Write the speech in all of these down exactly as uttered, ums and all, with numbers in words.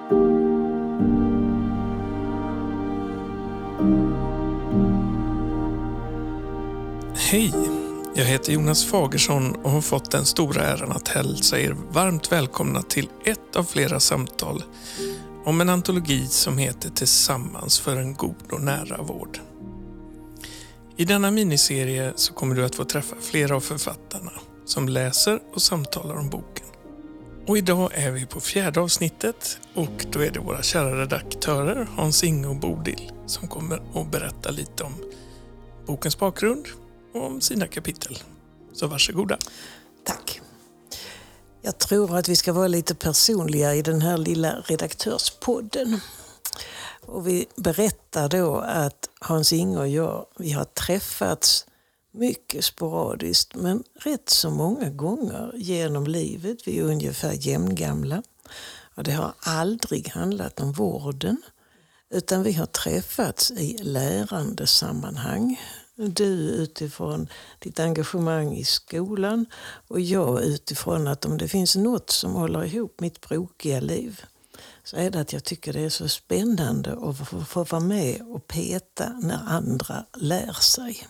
Hej, jag heter Jonas Fagersson och har fått den stora äran att hälsa er varmt välkomna till ett av flera samtal om en antologi som heter Tillsammans för en god och nära vård. I denna miniserie så kommer du att få träffa flera av författarna som läser och samtalar om boken. Och idag är vi på fjärde avsnittet och då är det våra kära redaktörer Hans-Inge och Bodil som kommer att berätta lite om bokens bakgrund och om sina kapitel. Så varsågoda. Tack. Jag tror att vi ska vara lite personliga i den här lilla redaktörspodden. Och vi berättar då att Hans-Inge och jag, vi har träffats mycket sporadiskt men rätt så många gånger genom livet. Vi är ungefär jämngamla och det har aldrig handlat om vården utan vi har träffats i lärande sammanhang. Du utifrån ditt engagemang i skolan och jag utifrån att om det finns något som håller ihop mitt brokiga liv så är det att jag tycker det är så spännande att få, få vara med och peta när andra lär sig.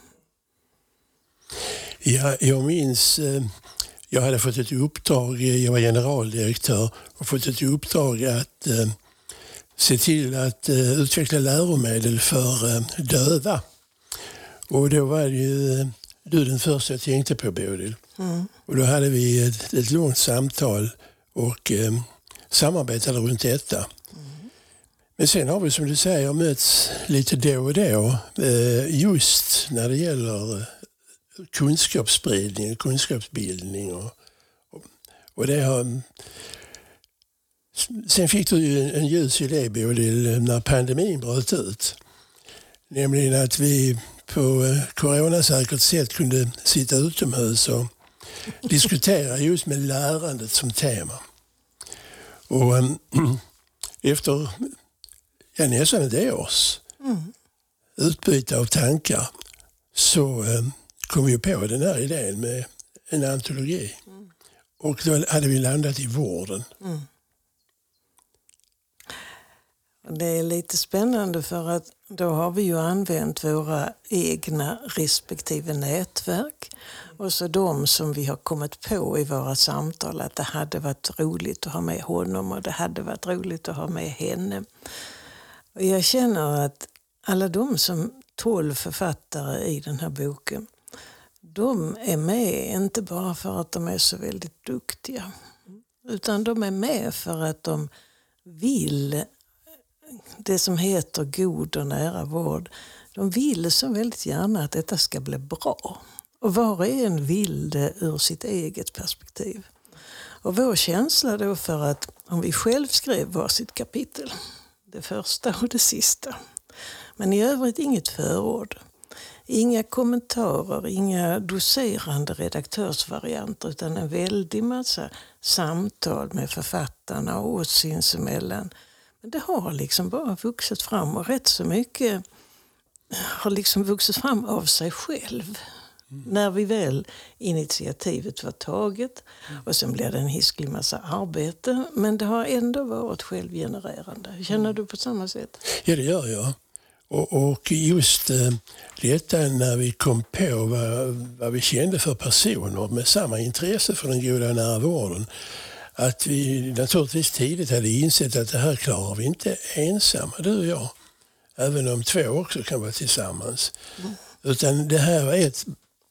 Ja, jag minns, jag hade fått ett uppdrag, jag var generaldirektör och fått ett uppdrag att eh, se till att eh, utveckla läromedel för eh, döva. Och då var det ju du den första jag tänkte på, Bodil. Mm. Och då hade vi ett, ett långt samtal och eh, samarbetade runt detta. Mm. Men sen har vi som du säger mötts lite då och då eh, just när det gäller kunskapsspridning, kunskapsbildning och, och, och det har... Sen fick du ju en ljus idé, Bodil, när pandemin bröt ut. Nämligen att vi på coronasäkert sätt kunde sitta utomhus och diskutera just med lärandet som tema. Och äm, efter ja, nästan ett års mm. utbyte av tankar så äm, kom vi på den här idén med en antologi. Mm. Och då hade vi landat i vården. Mm. Det är lite spännande för att då har vi ju använt våra egna respektive nätverk och så de som vi har kommit på i våra samtal att det hade varit roligt att ha med honom och det hade varit roligt att ha med henne. Och jag känner att alla de som tolv författare i den här boken, de är med inte bara för att de är så väldigt duktiga utan de är med för att de vill det som heter god och nära vård. De vill så väldigt gärna att detta ska bli bra. Och var och en vill det ur sitt eget perspektiv. Och vår känsla då för att om vi själv skrev var sitt kapitel, det första och det sista, men i övrigt inget förord, inga kommentarer, inga doserande redaktörsvarianter utan en väldig massa samtal med författarna och oss sinsemellan. Men det har liksom bara vuxit fram och rätt så mycket har liksom vuxit fram av sig själv. Mm. När vi väl initiativet var taget och sen blev det en hisklig massa arbete. Men det har ändå varit självgenererande. Känner du på samma sätt? Ja, det gör jag. Och, och just eh, detta när vi kom på vad, vad vi kände för personer med samma intresse för den goda nära vården. Att vi naturligtvis tidigt hade insett att det här klarar vi inte ensamma, du och jag. Även om två också kan vara tillsammans. Mm. Utan det här är ett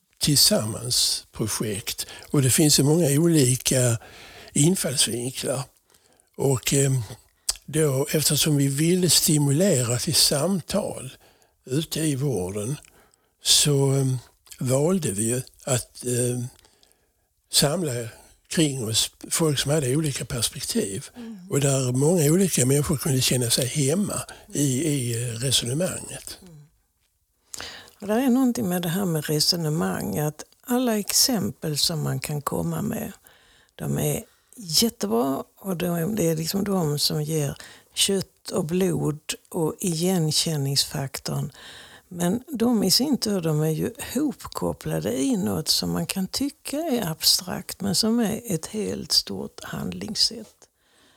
tillsammansprojekt. Och det finns så många olika infallsvinklar. Och då, eftersom vi ville stimulera till samtal ute i vården så valde vi att eh, samla kring oss folk som hade olika perspektiv mm. och där många olika människor kunde känna sig hemma i, i resonemanget. Mm. Och det är någonting med det här med resonemang att alla exempel som man kan komma med de är jättebra och de, det är liksom de som ger kött och blod och igenkänningsfaktorn. Men de i sin tur de är ju hopkopplade i något som man kan tycka är abstrakt men som är ett helt stort handlingssätt.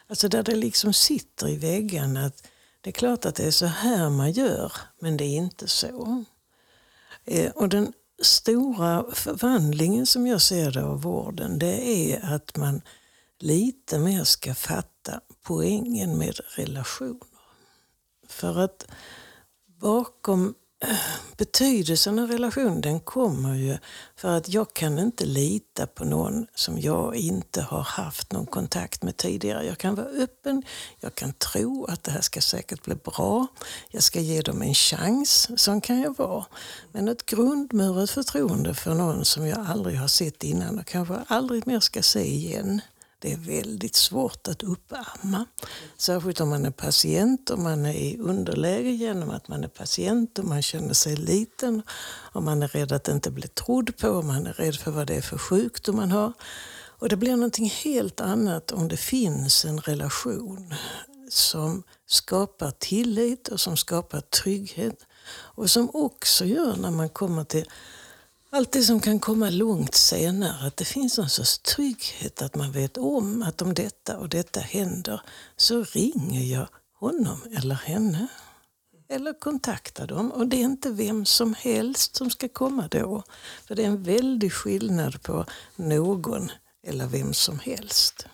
Alltså där det liksom sitter i väggen att det är klart att det är så här man gör, men det är inte så. Eh, och den stora förvandlingen som jag ser det av vården, det är att man lite mer ska fatta poängen med relationer. För att bakom betydelsen av relation, den kommer ju för att jag kan inte lita på någon som jag inte har haft någon kontakt med tidigare. Jag kan vara öppen, jag kan tro att det här ska säkert bli bra. Jag ska ge dem en chans, sån kan jag vara. Men ett grundmurat förtroende för någon som jag aldrig har sett innan och kanske aldrig mer ska se igen. Det är väldigt svårt att uppamma. Särskilt om man är patient och man är i underläge genom att man är patient och man känner sig liten. Och man är rädd att inte bli trodd på. Och man är rädd för vad det är för sjukdom man har. Och det blir någonting helt annat om det finns en relation som skapar tillit och som skapar trygghet. Och som också gör när man kommer till allt det som kan komma långt senare, att det finns en sorts trygghet att man vet om att om detta och detta händer så ringer jag honom eller henne eller kontaktar dem. Och det är inte vem som helst som ska komma då. För det är en väldig skillnad på någon eller vem som helst.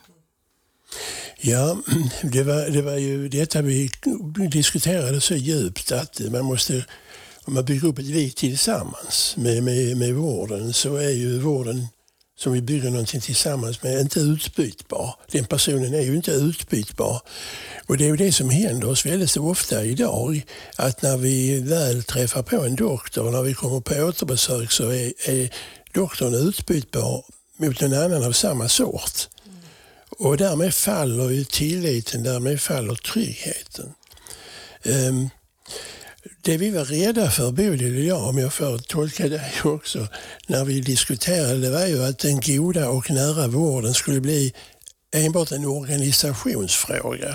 Ja, det var, det var ju detta vi diskuterade så djupt att man måste... Om man bygger upp ett liv tillsammans med, med, med vården så är ju vården som vi bygger någonting tillsammans med inte utbytbar. Den personen är ju inte utbytbar. Och det är ju det som händer oss väldigt ofta idag. Att när vi väl träffar på en doktor, när vi kommer på återbesök så är, är doktorn utbytbar mot någon annan av samma sort. Mm. Och därmed faller ju tilliten, därmed faller tryggheten. Um, Det vi var rädda för, Bodil och jag, om jag får tolka dig också, när vi diskuterade, det var ju att den goda och nära vården skulle bli enbart en organisationsfråga.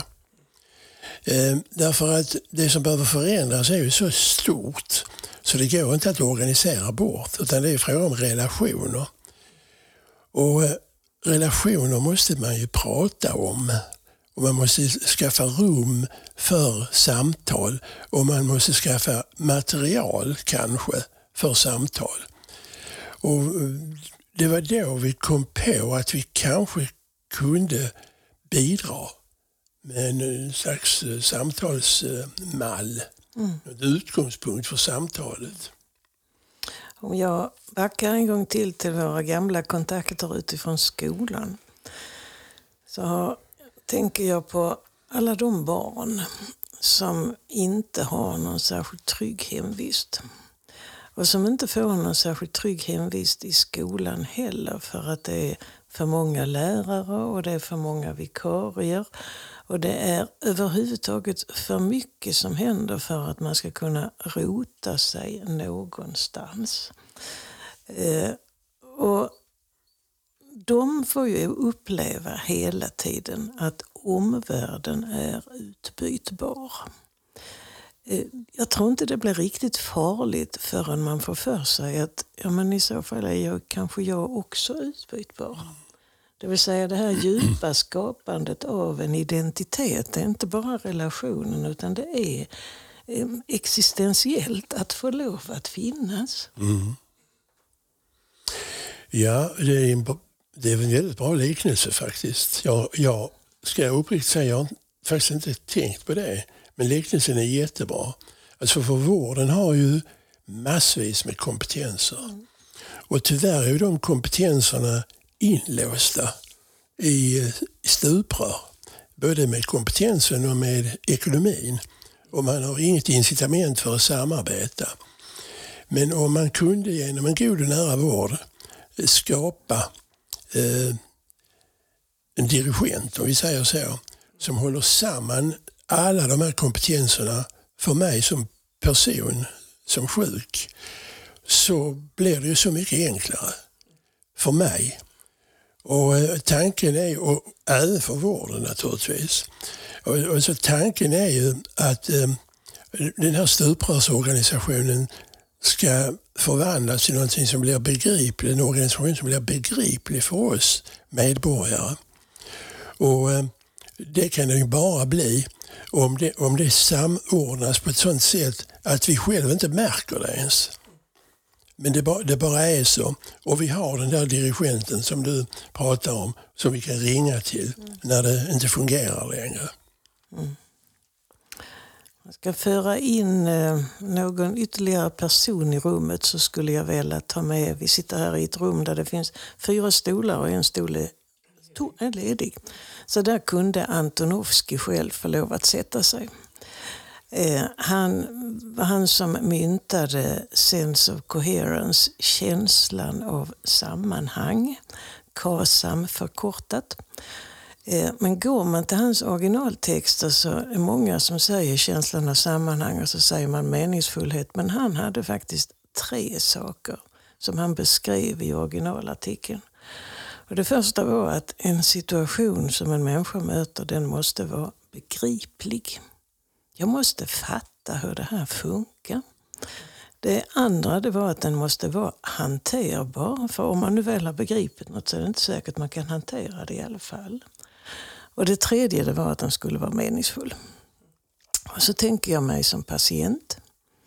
Eh, därför att det som behöver förändras är ju så stort så det går inte att organisera bort, utan det är fråga om relationer. Och eh, relationer måste man ju prata om. Och man måste skaffa rum för samtal och man måste skaffa material kanske för samtal. Och det var då vi kom på att vi kanske kunde bidra med en slags samtalsmall, mm. en utgångspunkt för samtalet. Om jag backar en gång till till våra gamla kontakter utifrån skolan så har tänker jag på alla de barn som inte har någon särskilt trygg hemvist. Och som inte får någon särskilt trygg hemvist i skolan heller för att det är för många lärare och det är för många vikarier. Och det är överhuvudtaget för mycket som händer för att man ska kunna rota sig någonstans. Eh, och de får ju uppleva hela tiden att omvärlden är utbytbar. Jag tror inte det blir riktigt farligt förrän man får för sig att ja, men i så fall är jag, kanske jag också utbytbar. Det vill säga det här djupa skapandet av en identitet, det är inte bara relationen utan det är existentiellt att få lov att finnas. Mm. Ja, det är en Det är en väldigt bra liknelse faktiskt. Jag, jag ska uppriktigt säga, jag har faktiskt inte tänkt på det. Men liknelsen är jättebra. Alltså för vården har ju massvis med kompetenser. Mm. Och tyvärr är ju de kompetenserna inlåsta i, i stuprör. Både med kompetensen och med ekonomin. Och man har inget incitament för att samarbeta. Men om man kunde genom en god och nära vård skapa Eh, en dirigent, om vi säger så, som håller samman alla de här kompetenserna för mig som person, som sjuk, så blir det ju så mycket enklare för mig. Och eh, tanken är, och även för vården naturligtvis, och, och så tanken är ju att eh, den här stuprörsorganisationen ska förvandlas till någonting som blir begripligt, en organisation som blir begriplig för oss medborgare. Och det kan det ju bara bli om det, om det samordnas på ett sådant sätt att vi själva inte märker det ens. Men det bara, det bara är så. Och vi har den där dirigenten som du pratar om som vi kan ringa till mm. när det inte fungerar längre. Mm. Jag ska föra in eh, någon ytterligare person i rummet, så skulle jag vilja ta med. Vi sitter här i ett rum där det finns fyra stolar och en stol är, to- är ledig. Så där kunde Antonovsky själv få lov att sätta sig. Eh, han var han som myntade sense of coherence, känslan av sammanhang, KASAM förkortat. Eh, men går man till hans originaltexter så är många som säger känslan av sammanhang och så säger man meningsfullhet. Men han hade faktiskt tre saker som han beskrev i originalartikeln. Och det första var att en situation som en människa möter, den måste vara begriplig. Jag måste fatta hur det här funkar. Det andra det var att den måste vara hanterbar. För om man nu väl har begripit något så är det inte säkert att man kan hantera det i alla fall. Och det tredje det var att den skulle vara meningsfull. Och så tänker jag mig som patient.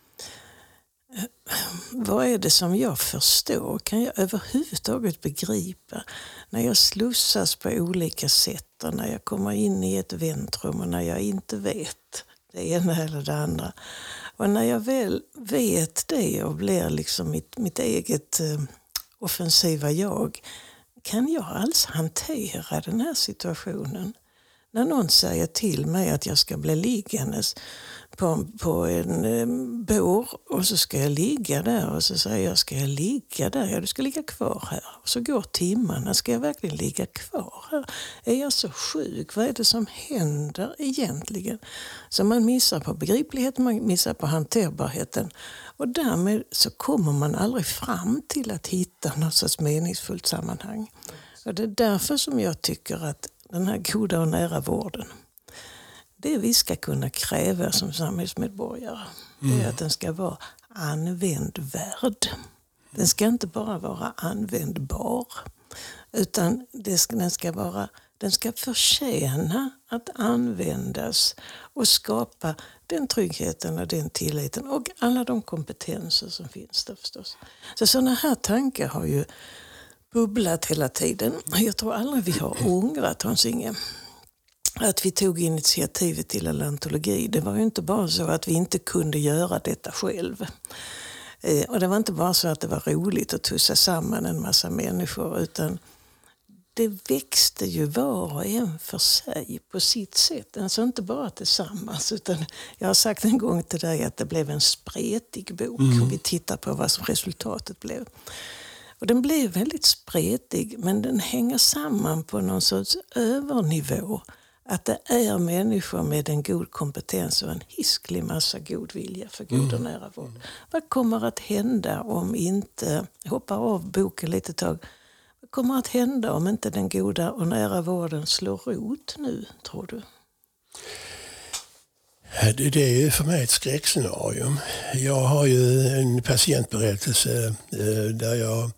Vad är det som jag förstår? Kan jag överhuvudtaget begripa när jag slussas på olika sätt och när jag kommer in i ett väntrum och när jag inte vet det ena eller det andra. Och när jag väl vet det och blir liksom mitt, mitt eget eh, offensiva jag, kan jag alls hantera den här situationen? När någon säger till mig att jag ska bli liggandes på, på en eh, bår och så ska jag ligga där och så säger jag, ska jag ligga där? Ja, du ska ligga kvar här. Och så går timmarna, ska jag verkligen ligga kvar här? Är jag så sjuk? Vad är det som händer egentligen? Så man missar på begripligheten, man missar på hanterbarheten. Och därmed så kommer man aldrig fram till att hitta något sorts meningsfullt sammanhang. Och det är därför som jag tycker att den här goda och nära vården, det vi ska kunna kräva som samhällsmedborgare, mm. det är att den ska vara användvärd. Den ska inte bara vara användbar, utan det ska, den, ska vara, den ska förtjäna att användas och skapa den tryggheten och den tilliten och alla de kompetenser som finns där förstås. Så sådana här tankar har ju bubblat hela tiden. Jag tror aldrig vi har ångrat, Hans Inge, att vi tog initiativet till en antologi. Det var ju inte bara så att vi inte kunde göra detta själv. Eh, och det var inte bara så att det var roligt att tussa samman en massa människor, utan det växte ju var och en för sig på sitt sätt. Alltså inte bara tillsammans, utan jag har sagt en gång till dig att det blev en spretig bok mm. och vi tittar på vad som resultatet blev. Och den blev väldigt spretig, men den hänger samman på någon sorts övernivå. Att det är människor med en god kompetens och en hisklig massa god vilja för god och nära vård. Mm. Vad kommer att hända om inte, jag hoppar av boken lite tag, vad kommer att hända om inte den goda och nära vården slår rot nu, tror du? Det är ju för mig ett skräckscenario. Jag har ju en patientberättelse där jag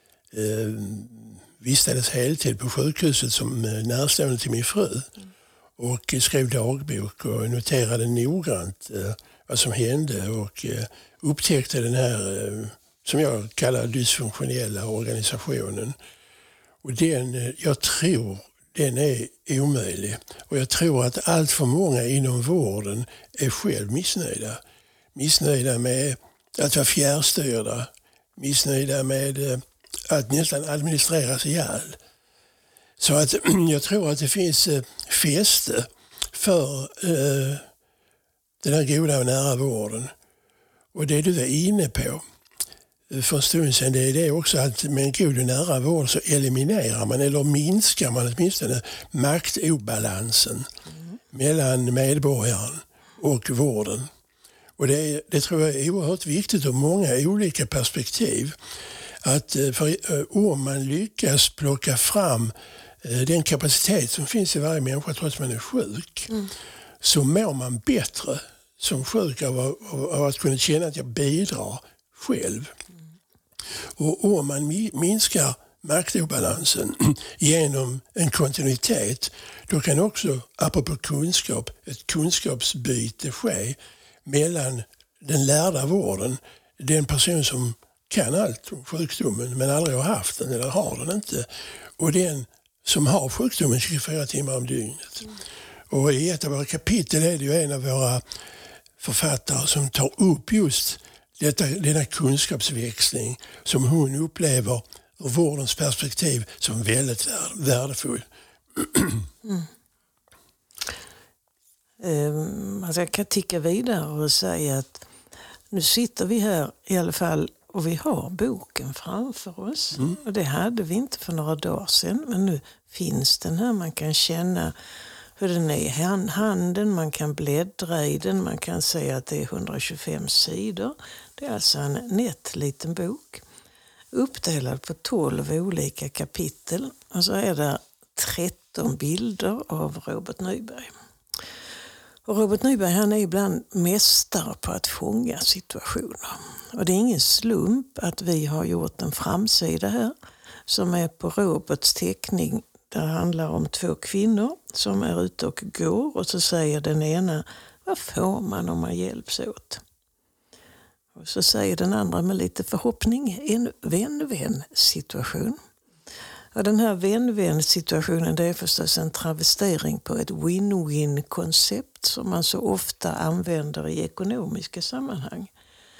vistades heltid på sjukhuset som närstående till min fru och skrev dagbok och noterade noggrant vad som hände och upptäckte den här, som jag kallar dysfunktionella organisationen. Och den, jag tror den är omöjlig. Och jag tror att allt för många inom vården är själv missnöjda. Missnöjda med att vara fjärrstyrda. Missnöjda med att nästan administreras ihjäl. Så att jag tror att det finns fäste för eh, den här goda och nära vården. Och det du var inne på för en stund sedan, det är det också att med en god och nära vård så eliminerar man eller minskar man åtminstone maktobalansen mm. mellan medborgaren och vården. Och det, det tror jag är oerhört viktigt ur många olika perspektiv. Att för, om man lyckas plocka fram den kapacitet som finns i varje människa trots att man är sjuk mm. så mår man bättre som sjuk av, av, av att kunna känna att jag bidrar själv. Mm. Och om man minskar maktobalansen genom en kontinuitet, då kan också, apropå kunskap, ett kunskapsbyte ske mellan den lärda vården, den person som kan allt om sjukdomen men aldrig har haft den eller har den inte, och den som har sjukdomen tjugofyra timmar om dygnet. Mm. Och i ett av våra kapitel är det ju en av våra författare som tar upp just detta, denna kunskapsväxling som hon upplever ur vårdens perspektiv som väldigt värdefull. Mm. Um, alltså jag kan ticka vidare och säga att nu sitter vi här i alla fall och vi har boken framför oss. Mm. Och det hade vi inte för några dagar sedan, men nu finns den här. Man kan känna hur den är i handen, man kan bläddra i den, man kan säga att det är hundratjugofem sidor. Det är alltså en nätt liten bok uppdelad på tolv olika kapitel. Och så är det tretton bilder av Robert Nyberg. Och Robert Nyberg, han är ibland mästare på att fånga situationer. Och det är ingen slump att vi har gjort en framsida här som är på Roberts teckning. Det handlar om två kvinnor som är ute och går, och så säger den ena: vad får man om man hjälps åt? Och så säger den andra med lite förhoppning: en vän-vän-situation. Och den här vän-vän-situationen, det är förstås en travestering på ett win-win-koncept som man så ofta använder i ekonomiska sammanhang.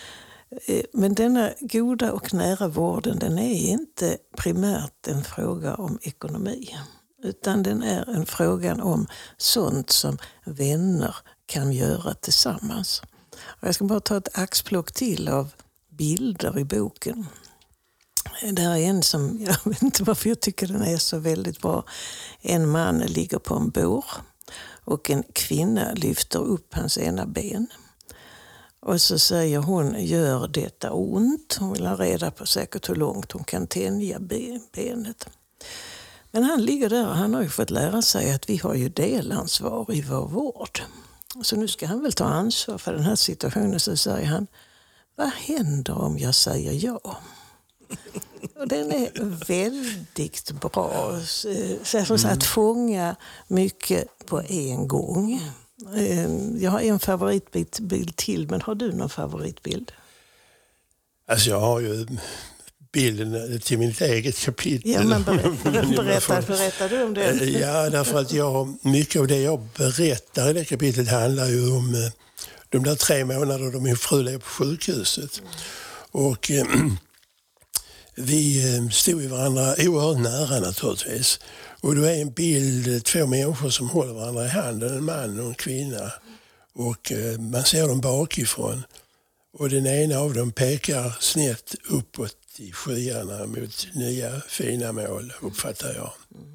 Men denna goda och nära vården, den är inte primärt en fråga om ekonomi, utan den är en fråga om sånt som vänner kan göra tillsammans. Och jag ska bara ta ett axplock till av bilder i boken. Det här är en som, jag vet inte varför jag tycker den är så väldigt bra. En man ligger på en bår och en kvinna lyfter upp hans ena ben. Och så säger hon: gör detta ont? Hon vill ha reda på säkert hur långt hon kan tänja benet. Men han ligger där och han har ju fått lära sig att vi har ju delansvar i vår vård. Så nu ska han väl ta ansvar för den här situationen. Så säger han: vad händer om jag säger ja? Och den är väldigt bra. Så att fånga mycket på en gång. Jag har en favoritbild till, men har du någon favoritbild? Alltså jag har ju bilden till mitt eget kapitel. Ja, men berätta, berätta, berättar du om det? Ja, därför att jag, mycket av det jag berättar i det kapitlet handlar ju om de där tre månader då min fru låg på sjukhuset. Mm. Och eh, vi stod i varandra oerhört nära naturligtvis. Och då är en bild två människor som håller varandra i handen, en man och en kvinna. Och eh, man ser dem bakifrån. Och den ena av dem pekar snett uppåt i skyarna mot nya fina mål, uppfattar jag.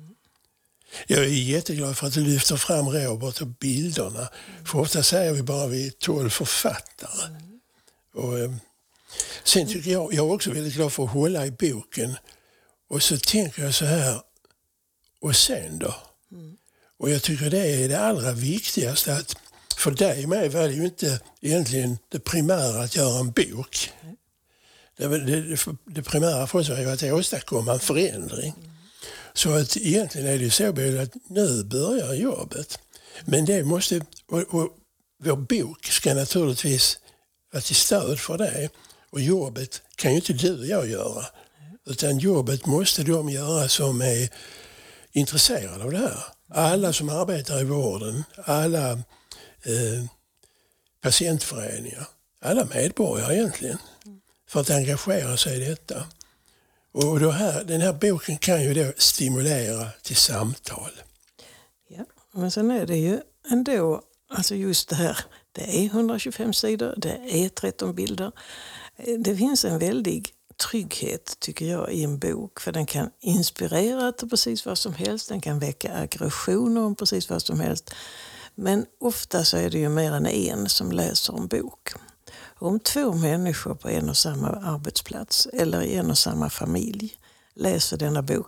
Jag är jätteglad för att du lyfter fram Robert och bilderna. För ofta säger vi bara vi är tolv författare. Och, eh, sen tycker jag, jag är också väldigt glad för att hålla i boken. Och så tänker jag så här: och sen då? Mm. Och jag tycker det är det allra viktigaste, att för dig och mig var det ju inte egentligen det primära att göra en bok. Mm. Det, det, det primära för oss var ju att åstadkomma en förändring. Mm. Så att egentligen är det ju så att nu börjar jobbet. Men det måste, och, och vår bok ska naturligtvis vara till stöd för det. Och jobbet kan ju inte du och jag göra. Utan jobbet måste de göra som är intresserade av det här. Alla som arbetar i vården, alla eh, patientföreningar, alla medborgare egentligen, för att engagera sig i detta. Och då här, den här boken kan ju då stimulera till samtal. Ja, men sen är det ju ändå, alltså just det här, det är hundratjugofem sidor, det är tretton bilder. Det finns en väldig trygghet, tycker jag, i en bok, för den kan inspirera till precis vad som helst, den kan väcka aggressioner om precis vad som helst. Men ofta så är det ju mer än en som läser en bok. Om två människor på en och samma arbetsplats eller i en och samma familj läser denna boken,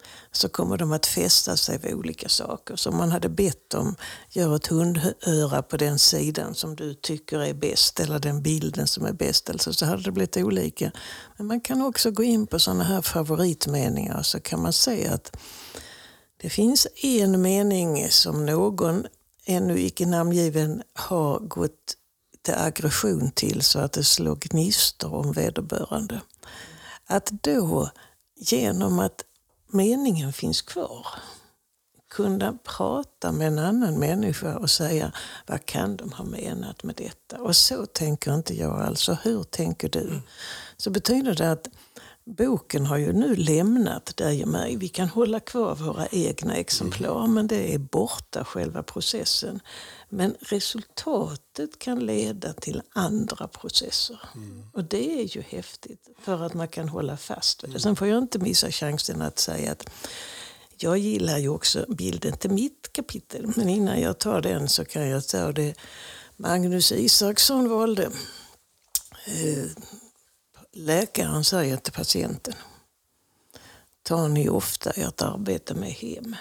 så kommer de att fästa sig vid olika saker. Så om man hade bett dem göra ett hundöra på den sidan som du tycker är bäst eller den bilden som är bäst, alltså, så hade det blivit olika. Men man kan också gå in på sådana här favoritmeningar, så kan man se att det finns en mening som någon ännu icke namngiven har gått till aggression till så att det slår gnistor om vederbörande. Att då genom att meningen finns kvar kunna prata med en annan människa och säga vad kan de ha menat med detta? Och så tänker inte jag, alltså hur tänker du? Mm. Så betyder det att boken har ju nu lämnat dig och mig. Vi kan hålla kvar våra egna exemplar, mm. men det är borta själva processen. Men resultatet kan leda till andra processer. Mm. Och det är ju häftigt för att man kan hålla fast vid det. Sen får jag inte missa chansen att säga att jag gillar ju också bilden till mitt kapitel. Men innan jag tar den så kan jag ta det Magnus Isaksson valde. Eh, läkaren säger till patienten: tar ni ofta ert arbete med hem?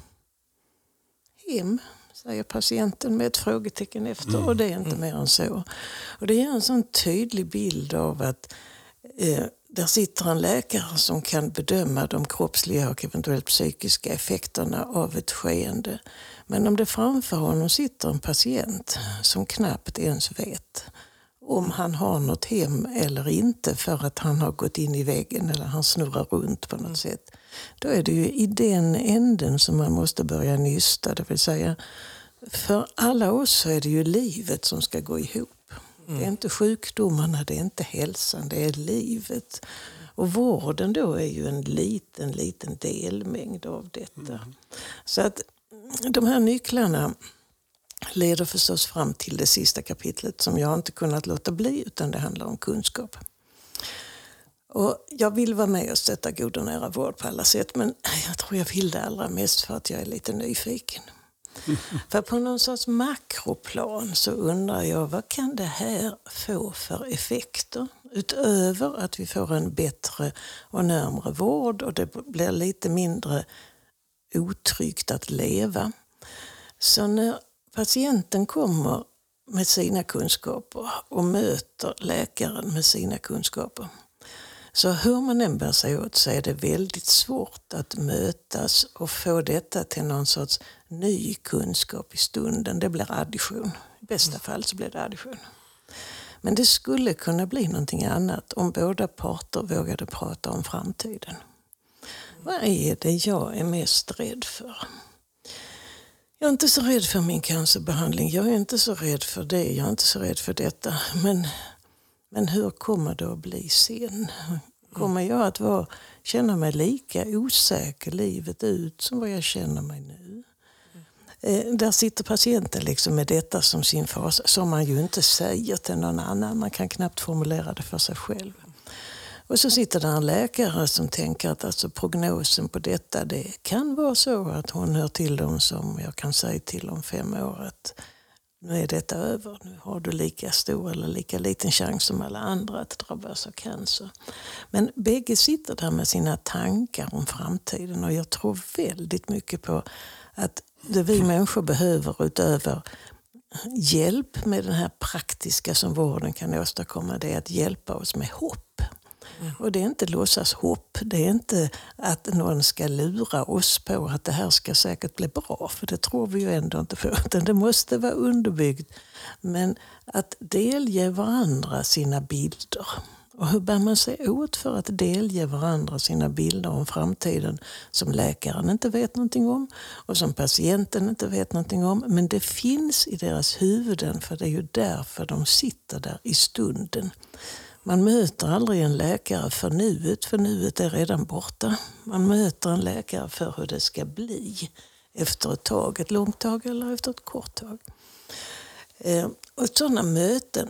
Hem, säger patienten med ett frågetecken efter. Mm. Och det är inte mm. mer än så. Och det ger en sån tydlig bild av att eh, där sitter en läkare som kan bedöma de kroppsliga och eventuellt psykiska effekterna av ett skeende. Men om det framför honom sitter en patient som knappt ens vet om han har något hem eller inte för att han har gått in i väggen eller han snurrar runt på något mm. sätt. Då är det ju i den änden som man måste börja nysta. Det vill säga, för alla oss så är det ju livet som ska gå ihop. Mm. Det är inte sjukdomarna, det är inte hälsan, det är livet. Och vården då är ju en liten, liten delmängd av detta. Mm. Så att de här nycklarna leder förstås fram till det sista kapitlet som jag inte kunnat låta bli, utan det handlar om kunskap. Och jag vill vara med och stötta god och nära vård på alla sätt, men jag tror jag vill det allra mest för att jag är lite nyfiken. Mm. För på någon sorts makroplan så undrar jag, vad kan det här få för effekter? Utöver att vi får en bättre och närmare vård och det blir lite mindre otryggt att leva. Så när patienten kommer med sina kunskaper och möter läkaren med sina kunskaper, så hur man än bär sig åt så är det väldigt svårt att mötas och få detta till någon sorts ny kunskap i stunden. Det blir addition. I bästa fall så blir det addition. Men det skulle kunna bli någonting annat om båda parter vågade prata om framtiden. Vad är det jag är mest rädd för? Jag är inte så rädd för min cancerbehandling. Jag är inte så rädd för det. Jag är inte så rädd för detta. Men, men hur kommer det att bli sen? Kommer jag att vara, känna mig lika osäker livet ut som vad jag känner mig nu? Eh, där sitter patienten liksom med detta som sin fas, som man ju inte säger till någon annan. Man kan knappt formulera det för sig själv. Och så sitter där en läkare som tänker att alltså prognosen på detta, det kan vara så att hon hör till dem som jag kan säga till om fem år att nu är detta över. Nu har du lika stor eller lika liten chans som alla andra att drabbas av cancer. Men bägge sitter där med sina tankar om framtiden, och jag tror väldigt mycket på att det vi människor behöver utöver hjälp med den här praktiska som vården kan åstadkomma, det är att hjälpa oss med hopp. Mm. Och det är inte låtsas hopp, det är inte att någon ska lura oss på att det här ska säkert bli bra, för det tror vi ju ändå inte på, utan det måste vara underbyggt. Men att delge varandra sina bilder. Och hur bär man sig åt för att delge varandra sina bilder om framtiden som läkaren inte vet någonting om och som patienten inte vet någonting om, men det finns i deras huvuden, för det är ju därför de sitter där i stunden. Man möter aldrig en läkare för nuet, för nuet är redan borta. Man möter en läkare för hur det ska bli efter ett tag, ett långt tag eller efter ett kort tag. Eh, och sådana möten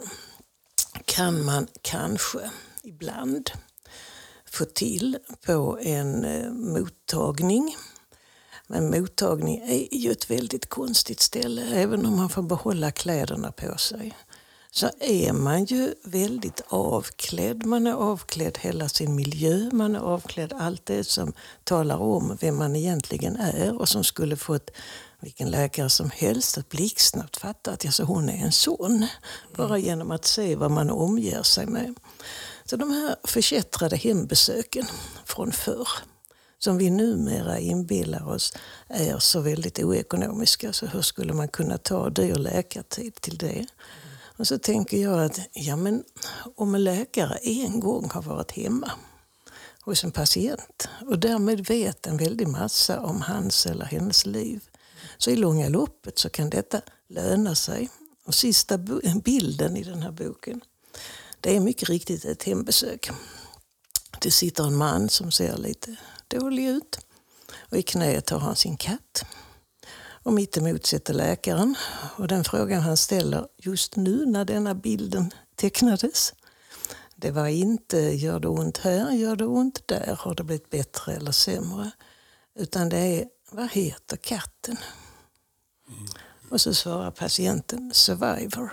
kan man kanske ibland få till på en eh, mottagning. Men mottagning är ju ett väldigt konstigt ställe, även om man får behålla kläderna på sig. så är man ju väldigt avklädd. Man är avklädd hela sin miljö, man är avklädd allt det som talar om vem man egentligen är och som skulle fått vilken läkare som helst att blixtsnabbt fatta att alltså, hon är en son. Bara genom att se vad man omger sig med. Så de här förkättrade hembesöken från förr, som vi numera inbillar oss är så väldigt oekonomiska. Så hur skulle man kunna ta dyr läkartid till det? Och så tänker jag att ja, men om en läkare en gång har varit hemma hos en patient och därmed vet en väldig massa om hans eller hennes liv, så i långa loppet så kan detta löna sig. Och sista bilden i den här boken, det är mycket riktigt ett hembesök. Det sitter en man som ser lite dålig ut och i knät har han sin katt. Och mitt emot sitter läkaren och den frågan han ställer just nu när denna bilden tecknades, det var inte gör det ont här, gör det ont där, har det blivit bättre eller sämre, utan det är vad heter katten? Mm. Och så svarar patienten survivor.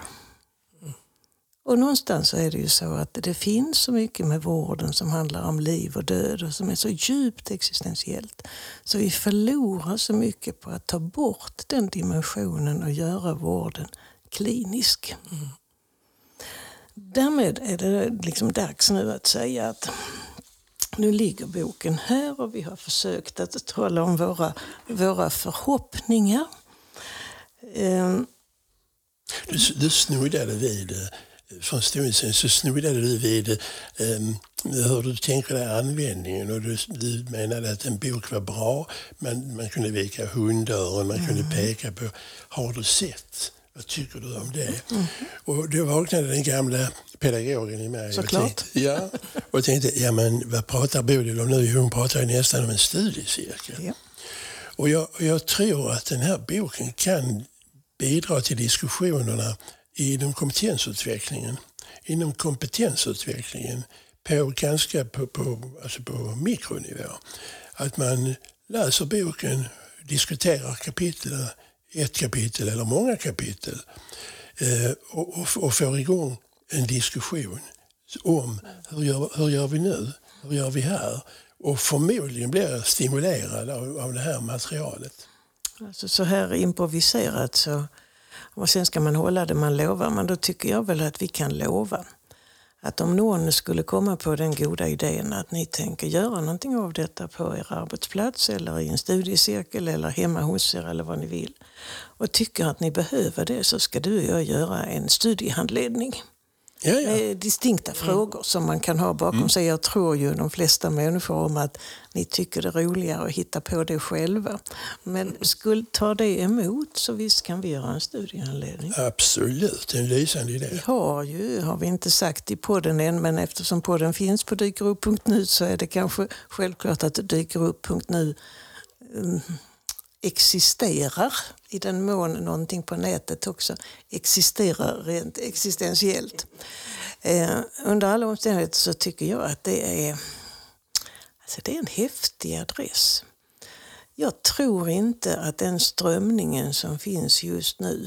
Och någonstans så är det ju så att det finns så mycket med vården som handlar om liv och död och som är så djupt existentiellt. Så vi förlorar så mycket på att ta bort den dimensionen och göra vården klinisk. Mm. Därmed är det liksom dags nu att säga att nu ligger boken här och vi har försökt att tala om våra, våra förhoppningar. Um, du, du snuddade vid... För en stund sedan så snuddade du vid um, hur du tänker dig användningen och du, du menade att en bok var bra, men man kunde vika hundöron, man kunde mm. peka på, har du sett? Vad tycker du om det? Mm. Och då vaknade den gamla pedagogen i mig. Såklart. Och tänkte, ja, och tänkte, ja men vad pratar Bodil om nu? Hon pratar ju nästan om en studiecirkel. Ja. Och jag, jag tror att den här boken kan bidra till diskussionerna inom kompetensutvecklingen, inom kompetensutvecklingen på ganska på, på, alltså på mikronivå. Att man läser boken, diskuterar kapitel, ett kapitel eller många kapitel eh, och, och, och får igång en diskussion om hur gör, hur gör vi nu, hur gör vi här, och förmodligen blir stimulerad av, av det här materialet. Alltså så här improviserat så. Och sen ska man hålla det man lovar. Men då tycker jag väl att vi kan lova att om någon skulle komma på den goda idén att ni tänker göra någonting av detta på er arbetsplats eller i en studiecirkel eller hemma hos er eller vad ni vill och tycker att ni behöver det, så ska du och jag göra en studiehandledning. Ja, ja. Med distinkta mm. frågor som man kan ha bakom mm. sig. Jag tror ju de flesta människor om att ni tycker det är roligare att hitta på det själva. Men skulle ta det emot så visst kan vi göra en studiehandledning. Absolut, en lysande idé. Vi har ju, har vi inte sagt i podden än, men eftersom podden finns på dykerupp punkt nu så är det kanske självklart att dykerupp punkt nu um, existerar i den mån någonting på nätet också existerar rent existentiellt. Eh, under alla omständigheter så tycker jag att det är, alltså det är en häftig adress. Jag tror inte att den strömningen som finns just nu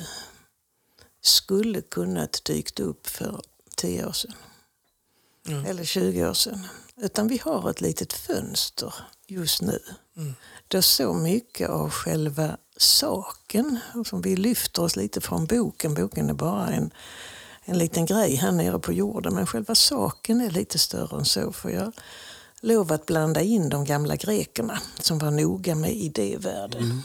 skulle kunnat dykt upp för tio år sedan. Mm. Eller tjugo år sedan. Utan vi har ett litet fönster just nu. Mm. Då så mycket av själva saken, som vi lyfter oss lite från boken. Boken är bara en, en liten grej här nere på jorden. Men själva saken är lite större än så. För jag lov att blanda in de gamla grekerna som var noga med idévärlden. Mm.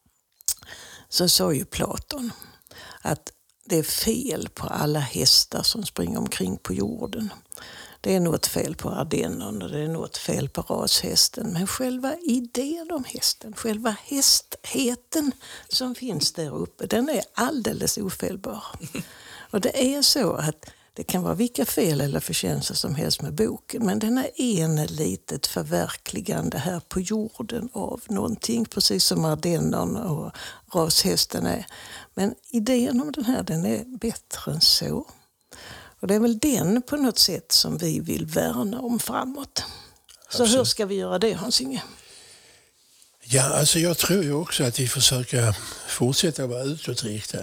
Så sa ju Platon att det är fel på alla hästar som springer omkring på jorden. Det är något fel på ardennerna och det är något fel på rashästen. Men själva idén om hästen, själva hästheten som finns där uppe, den är alldeles ofelbar. Och det är så att det kan vara vilka fel eller förtjänster som helst med boken. Men den är en litet förverkligande här på jorden av någonting. Precis som ardennerna och rashästen är. Men idén om den här, den är bättre än så. Och det är väl den på något sätt som vi vill värna om framåt. Så Absolut. Hur ska vi göra det, Hans-Inge? Ja, alltså jag tror ju också att vi försöker fortsätta vara utåtriktade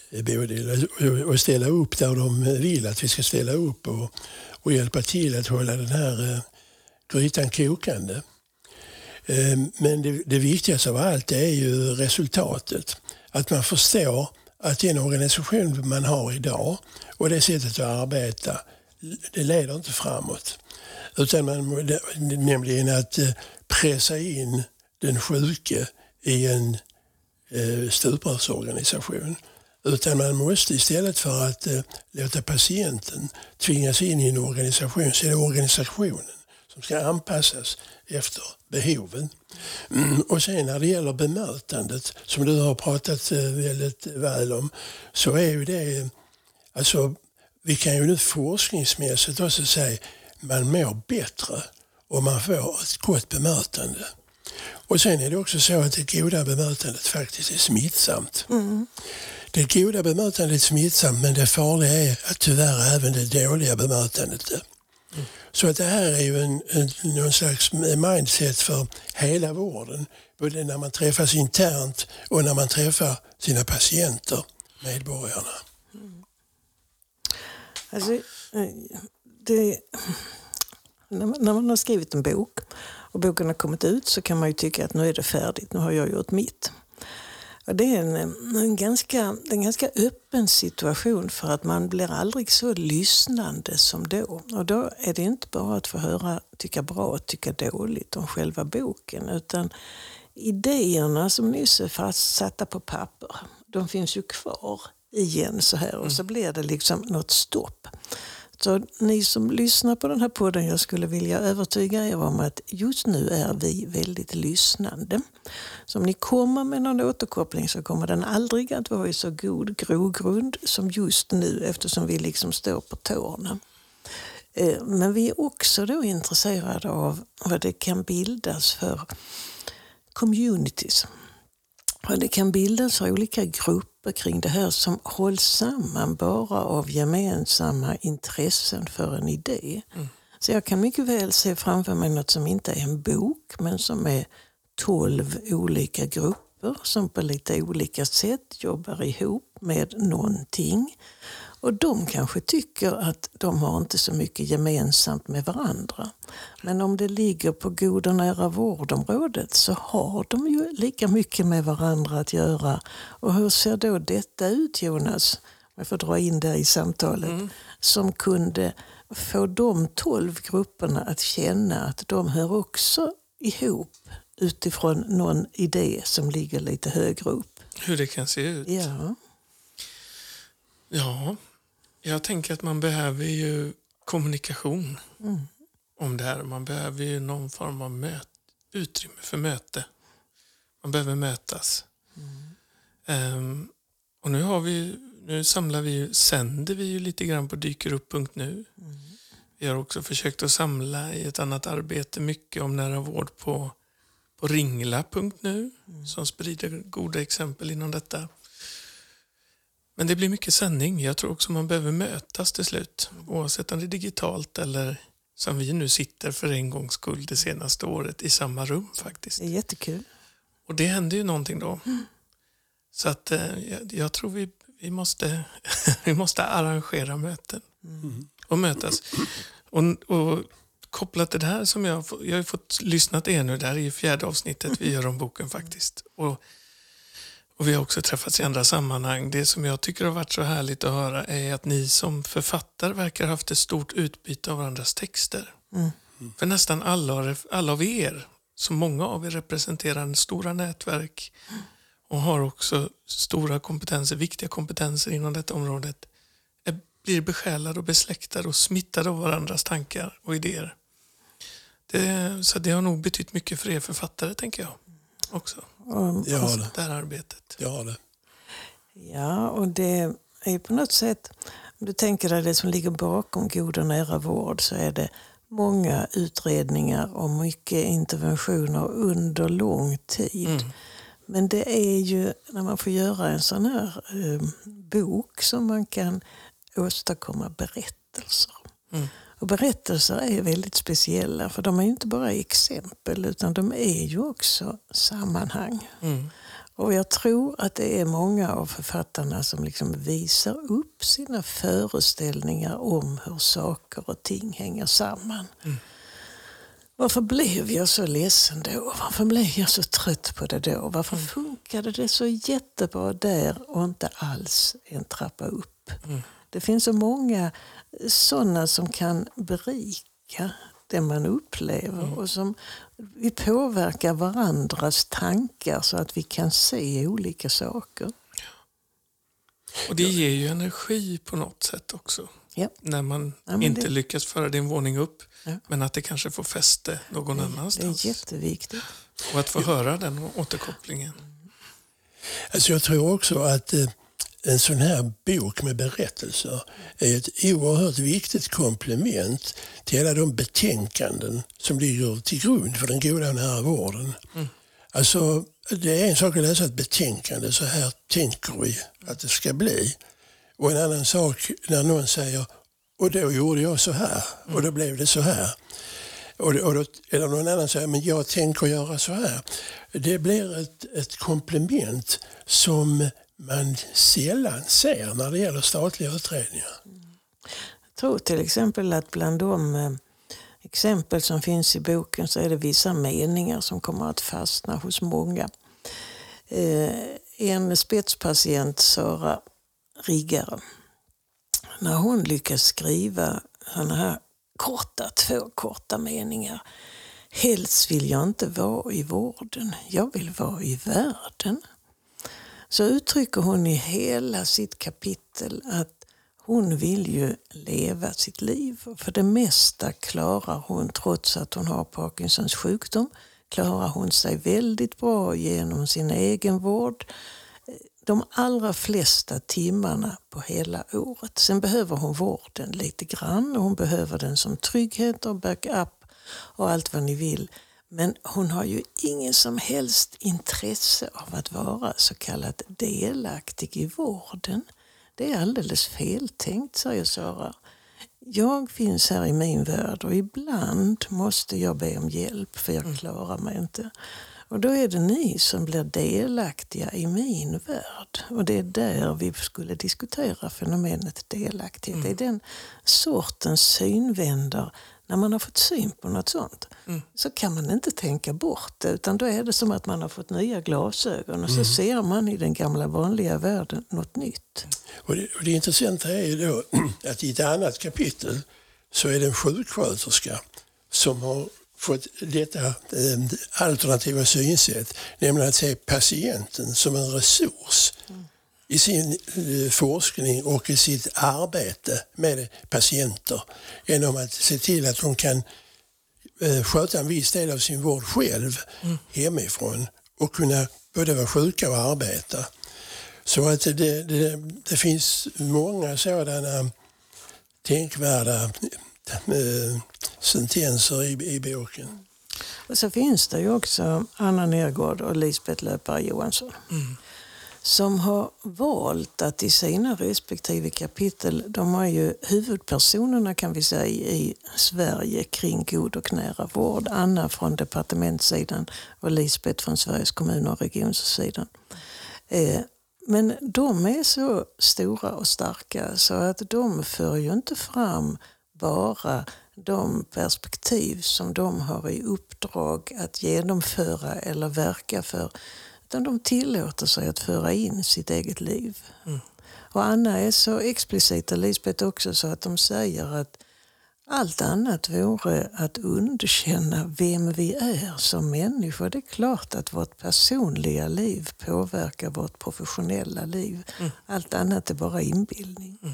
Bodil, och ställa upp där de vill att vi ska ställa upp och, och hjälpa till att hålla den här eh, grytan kokande. Eh, men det, det viktigaste av allt är ju resultatet. Att man förstår att den organisation man har idag och det sättet att arbeta, det leder inte framåt. Utan man, nämligen att pressa in den sjuke i en eh, stuprörsorganisation. Utan man måste istället för att eh, låta patienten tvingas in i en organisation, så är det organisationen som ska anpassas efter behoven. Mm, och sen när det gäller bemötandet, som du har pratat eh, väldigt väl om, så är ju det, alltså vi kan ju nu forskningsmässigt också säga man mår bättre om man får ett gott bemötande. Och sen är det också så att det goda bemötandet faktiskt är smittsamt. Mm. Det goda bemötandet är smittsamt, men det farliga är att tyvärr även det dåliga bemötandet. Mm. Så att det här är ju en, en, någon slags mindset för hela vården. Både när man träffas internt och när man träffar sina patienter, medborgarna. Mm. Alltså, det, när, man, när man har skrivit en bok och boken har kommit ut, så kan man ju tycka att nu är det färdigt, nu har jag gjort mitt. Och det är en, en, ganska, en ganska öppen situation, för att man blir aldrig så lyssnande som då. Och då är det inte bara att få höra tycka bra och tycka dåligt om själva boken, utan idéerna som nyss är fastsatta på papper, de finns ju kvar igen så här, och så blir det liksom något stopp. Så ni som lyssnar på den här podden, jag skulle vilja övertyga er om att just nu är vi väldigt lyssnande. Så om ni kommer med någon återkoppling, så kommer den aldrig att vara i så god grogrund som just nu, eftersom vi liksom står på tårna. Men vi är också då intresserade av vad det kan bildas för communities. Vad det kan bildas för olika grupper kring det här som hålls samman bara av gemensamma intressen för en idé. Mm. Så jag kan mycket väl se framför mig något som inte är en bok, men som är tolv olika grupper som på lite olika sätt jobbar ihop med någonting. Och de kanske tycker att de har inte så mycket gemensamt med varandra. Men om det ligger på god och nära vårdområdet, så har de ju lika mycket med varandra att göra. Och hur ser då detta ut, Jonas? Jag får dra in det i samtalet. Mm. Som kunde få de tolv grupperna att känna att de hör också ihop utifrån någon idé som ligger lite högre upp. Hur det kan se ut? Ja. Ja, jag tänker att man behöver ju kommunikation mm. om det här. Man behöver ju någon form av möt, utrymme för möte. Man behöver mötas. Mm. Um, och nu har vi, nu samlar vi, sänder vi ju lite grann på dykerupp punkt nu. Mm. Vi har också försökt att samla i ett annat arbete mycket om nära vård på, på ringla punkt nu mm. som sprider goda exempel inom detta. Men det blir mycket sändning. Jag tror också man behöver mötas till slut. Oavsett om det är digitalt eller som vi nu sitter för en gångs skull det senaste året i samma rum faktiskt. Det är jättekul. Och det händer ju någonting då. Mm. Så att eh, jag, jag tror vi, vi, måste, vi måste arrangera möten. Mm. Och mötas. Och, och kopplat till det här som jag, jag har fått lyssnat er nu. Det här är ju fjärde avsnittet vi gör om boken faktiskt. Och Och vi har också träffats i andra sammanhang. Det som jag tycker har varit så härligt att höra är att ni som författare verkar ha haft ett stort utbyte av varandras texter. Mm. Mm. För nästan alla, alla av er, så många av er representerar en stora nätverk och har också stora kompetenser, viktiga kompetenser inom detta området, är, blir besjälade och besläktade och smittade av varandras tankar och idéer. Det, så det har nog betytt mycket för er författare, tänker jag. Också. Och, jag har det. Det här arbetet. Jag har det. Ja, och det är på något sätt, om du tänker dig det som ligger bakom god och nära vård, så är det många utredningar och mycket interventioner under lång tid. Mm. Men det är ju när man får göra en sån här eh, bok som man kan åstadkomma berättelser. Mm. Och berättelser är väldigt speciella, för de är ju inte bara exempel, utan de är ju också sammanhang. Mm. Och jag tror att det är många av författarna som liksom visar upp sina föreställningar om hur saker och ting hänger samman. Mm. Varför blev jag så ledsen då? Varför blev jag så trött på det då? Varför mm. funkade det så jättebra där och inte alls en trappa upp? Mm. Det finns så många sådana som kan berika det man upplever mm. och som vi påverkar varandras tankar så att vi kan se olika saker. Och det ger ju energi på något sätt också. Ja. När man ja, inte det... lyckas föra din våning upp. Ja. Men att det kanske får fäste någon det, annanstans. Det är jätteviktigt. Och att få höra den återkopplingen. Alltså jag tror också att eh, en sån här bok med berättelser är ett oerhört viktigt komplement till alla de betänkanden som ligger till grund för den goda och nära vården. Mm. Alltså det är en sak att läsa ett betänkande, så här tänker vi att det ska bli. Och en annan sak när någon säger, och då gjorde jag så här, mm. och då blev det så här. Och, och då, eller någon annan säger, men jag tänker göra så här. Det blir ett, ett komplement som man sällan ser när det gäller statliga utredningar. Jag tror till exempel att bland de eh, exempel som finns i boken så är det vissa meningar som kommer att fastna hos många. Eh, en spetspatient, Sara Riggare, när hon lyckas skriva såna här korta, två korta meningar. Helst vill jag inte vara i vården, jag vill vara i världen. Så uttrycker hon i hela sitt kapitel att hon vill ju leva sitt liv. För det mesta klarar hon, trots att hon har Parkinsons sjukdom, klarar hon sig väldigt bra genom sin egen vård. De allra flesta timmarna på hela året. Sen behöver hon vården lite grann och hon behöver den som trygghet och backup och allt vad ni vill. Men hon har ju ingen som helst intresse av att vara så kallat delaktig i vården. Det är alldeles feltänkt, säger Sara. Jag finns här i min värld och ibland måste jag be om hjälp för jag klarar mig inte. Och då är det ni som blir delaktiga i min värld. Och det är där vi skulle diskutera fenomenet delaktighet. Mm. Det är den sortens synvändar. När man har fått syn på något sånt mm. så kan man inte tänka bort det. Utan då är det som att man har fått nya glasögon. Och så mm. ser man i den gamla vanliga världen något nytt. Och det, och det intressanta är ju då att i ett annat kapitel så är det en sjuksköterska som har fått detta eh, alternativa synsätt, nämligen att se patienten som en resurs mm. i sin eh, forskning och i sitt arbete med patienter, genom att se till att de kan eh, sköta en viss del av sin vård själv mm. hemifrån och kunna både vara sjuka och arbeta. Så att det, det, det finns många sådana tänkvärda eh, sentenser i, i boken. Och så finns det ju också Anna Nergård och Lisbeth Löpare Johansson mm. som har valt att i sina respektive kapitel, de har ju huvudpersonerna kan vi säga i Sverige kring god och nära vård. Anna från departementssidan och Lisbeth från Sveriges kommun- och regionssidan. Eh, men de är så stora och starka så att de för ju inte fram bara de perspektiv som de har i uppdrag att genomföra eller verka för, utan de tillåter sig att föra in sitt eget liv. Mm. Och Anna är så explicit och Lisbeth också så att de säger att allt annat vore att underkänna vem vi är som människor. Det är klart att vårt personliga liv påverkar vårt professionella liv. Mm. Allt annat är bara inbildning. Mm.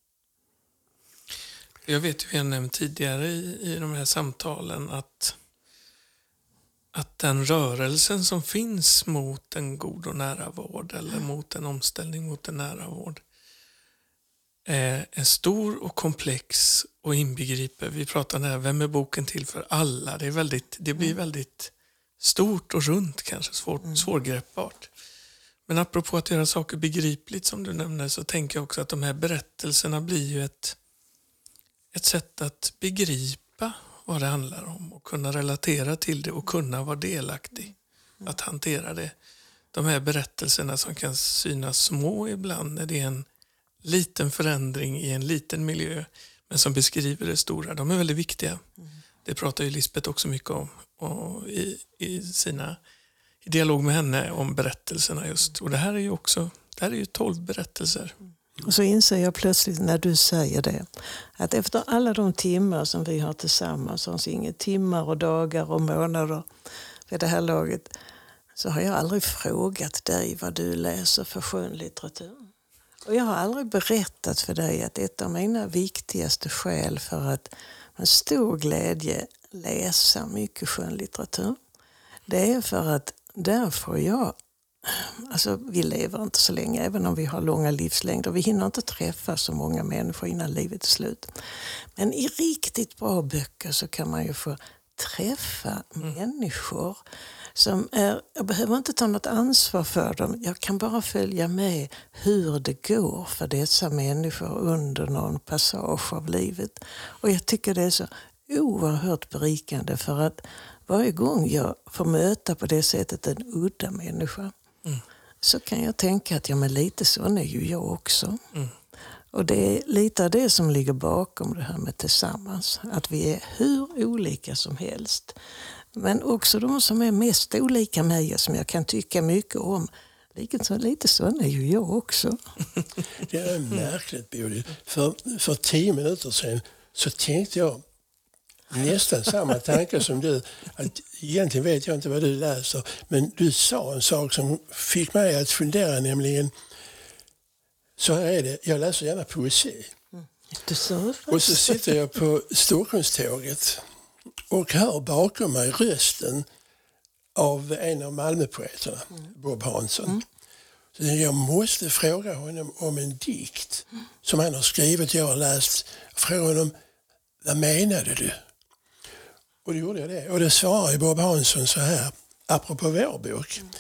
Jag vet ju, jag nämnt tidigare i, i de här samtalen att, att den rörelsen som finns mot en god och nära vård eller mot en omställning mot en nära vård är, är stor och komplex och inbegriper. Vi pratar här, vem är boken till för alla? Det, är väldigt, det blir väldigt stort och runt, kanske svårt, mm. svårgreppbart. Men apropå att göra saker begripligt som du nämner, så tänker jag också att de här berättelserna blir ju ett Ett sätt att begripa vad det handlar om och kunna relatera till det och kunna vara delaktig. Att hantera det. de här berättelserna som kan synas små ibland när det är en liten förändring i en liten miljö, men som beskriver det stora, de är väldigt viktiga. Mm. Det pratar ju Lisbeth också mycket om och i, i sina i dialog med henne om berättelserna just. Och det här är ju också, det här är ju tolv berättelser. Och så inser jag plötsligt när du säger det, att efter alla de timmar som vi har tillsammans, alltså inga timmar och dagar och månader vid det här laget, så har jag aldrig frågat dig vad du läser för skönlitteratur. Och jag har aldrig berättat för dig att ett av mina viktigaste skäl för att med stor glädje läsa mycket skönlitteratur, det är för att där får jag, alltså vi lever inte så länge även om vi har långa livslängder. Vi hinner inte träffa så många människor innan livet är slut. Men i riktigt bra böcker så kan man ju få träffa mm. människor som är, jag behöver inte ta något ansvar för dem. Jag kan bara följa med hur det går för dessa människor under någon passage av livet. Och jag tycker det är så oerhört berikande för att varje gång jag får möta på det sättet en udda människa mm. så kan jag tänka att ja, men lite sån är ju jag också. Mm. Och det är lite av det som ligger bakom det här med tillsammans. Att vi är hur olika som helst. Men också de som är mest olika mig som jag kan tycka mycket om. Lite, lite sån är ju jag också. Det är märkligt, Bodil. För, för tio minuter sedan så tänkte jag nästan samma tankar som du. Att egentligen vet jag inte vad du läser. Men du sa en sak som fick mig att fundera, nämligen så här är det. Jag läser gärna poesi. Mm. Du sa och så sitter jag på Stockholmståget och hör bakom mig rösten av en av Malmöpoeterna, mm. Bob Hansson. Mm. Så jag måste fråga honom om en dikt mm. som han har skrivit, jag har läst. Fråga honom, vad menade du? Och då gjorde jag det. Och det svarade Bob Hansson så här, apropå vår bok. Mm.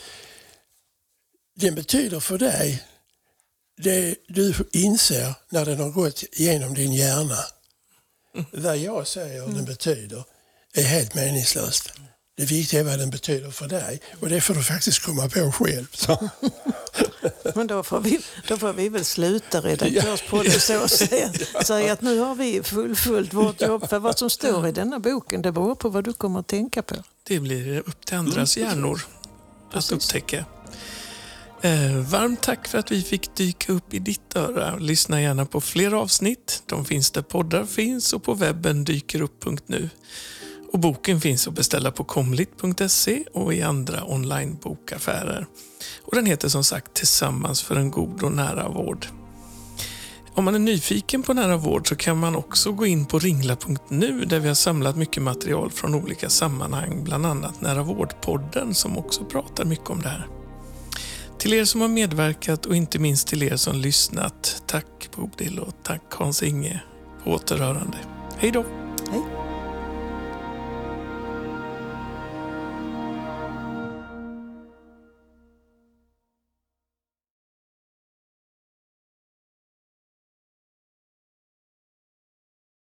Den betyder för dig det du inser när den har gått igenom din hjärna. Mm. Vad jag säger mm. den betyder är helt meningslöst. Det viktiga är vad den betyder för dig. Och det får du faktiskt komma på själv. Så. Men då får, vi, då får vi väl sluta redaktörspodden så säga säg att nu har vi fullföljt vårt jobb. För vad som står i denna boken, det beror på vad du kommer att tänka på. Det blir upp till andras mm. hjärnor att upptäcka. Eh, varmt tack för att vi fick dyka upp i ditt öra. Lyssna gärna på fler avsnitt. De finns där poddar finns och på webben dykerupp punkt nu. Och boken finns att beställa på komlit punkt se och i andra online-bokaffärer. Och den heter som sagt Tillsammans för en god och nära vård. Om man är nyfiken på nära vård så kan man också gå in på ringla punkt nu där vi har samlat mycket material från olika sammanhang. Bland annat Nära vårdpodden som också pratar mycket om det här. Till er som har medverkat och inte minst till er som lyssnat. Tack Bodil och tack Hans Inge. På återhörande. Hej då!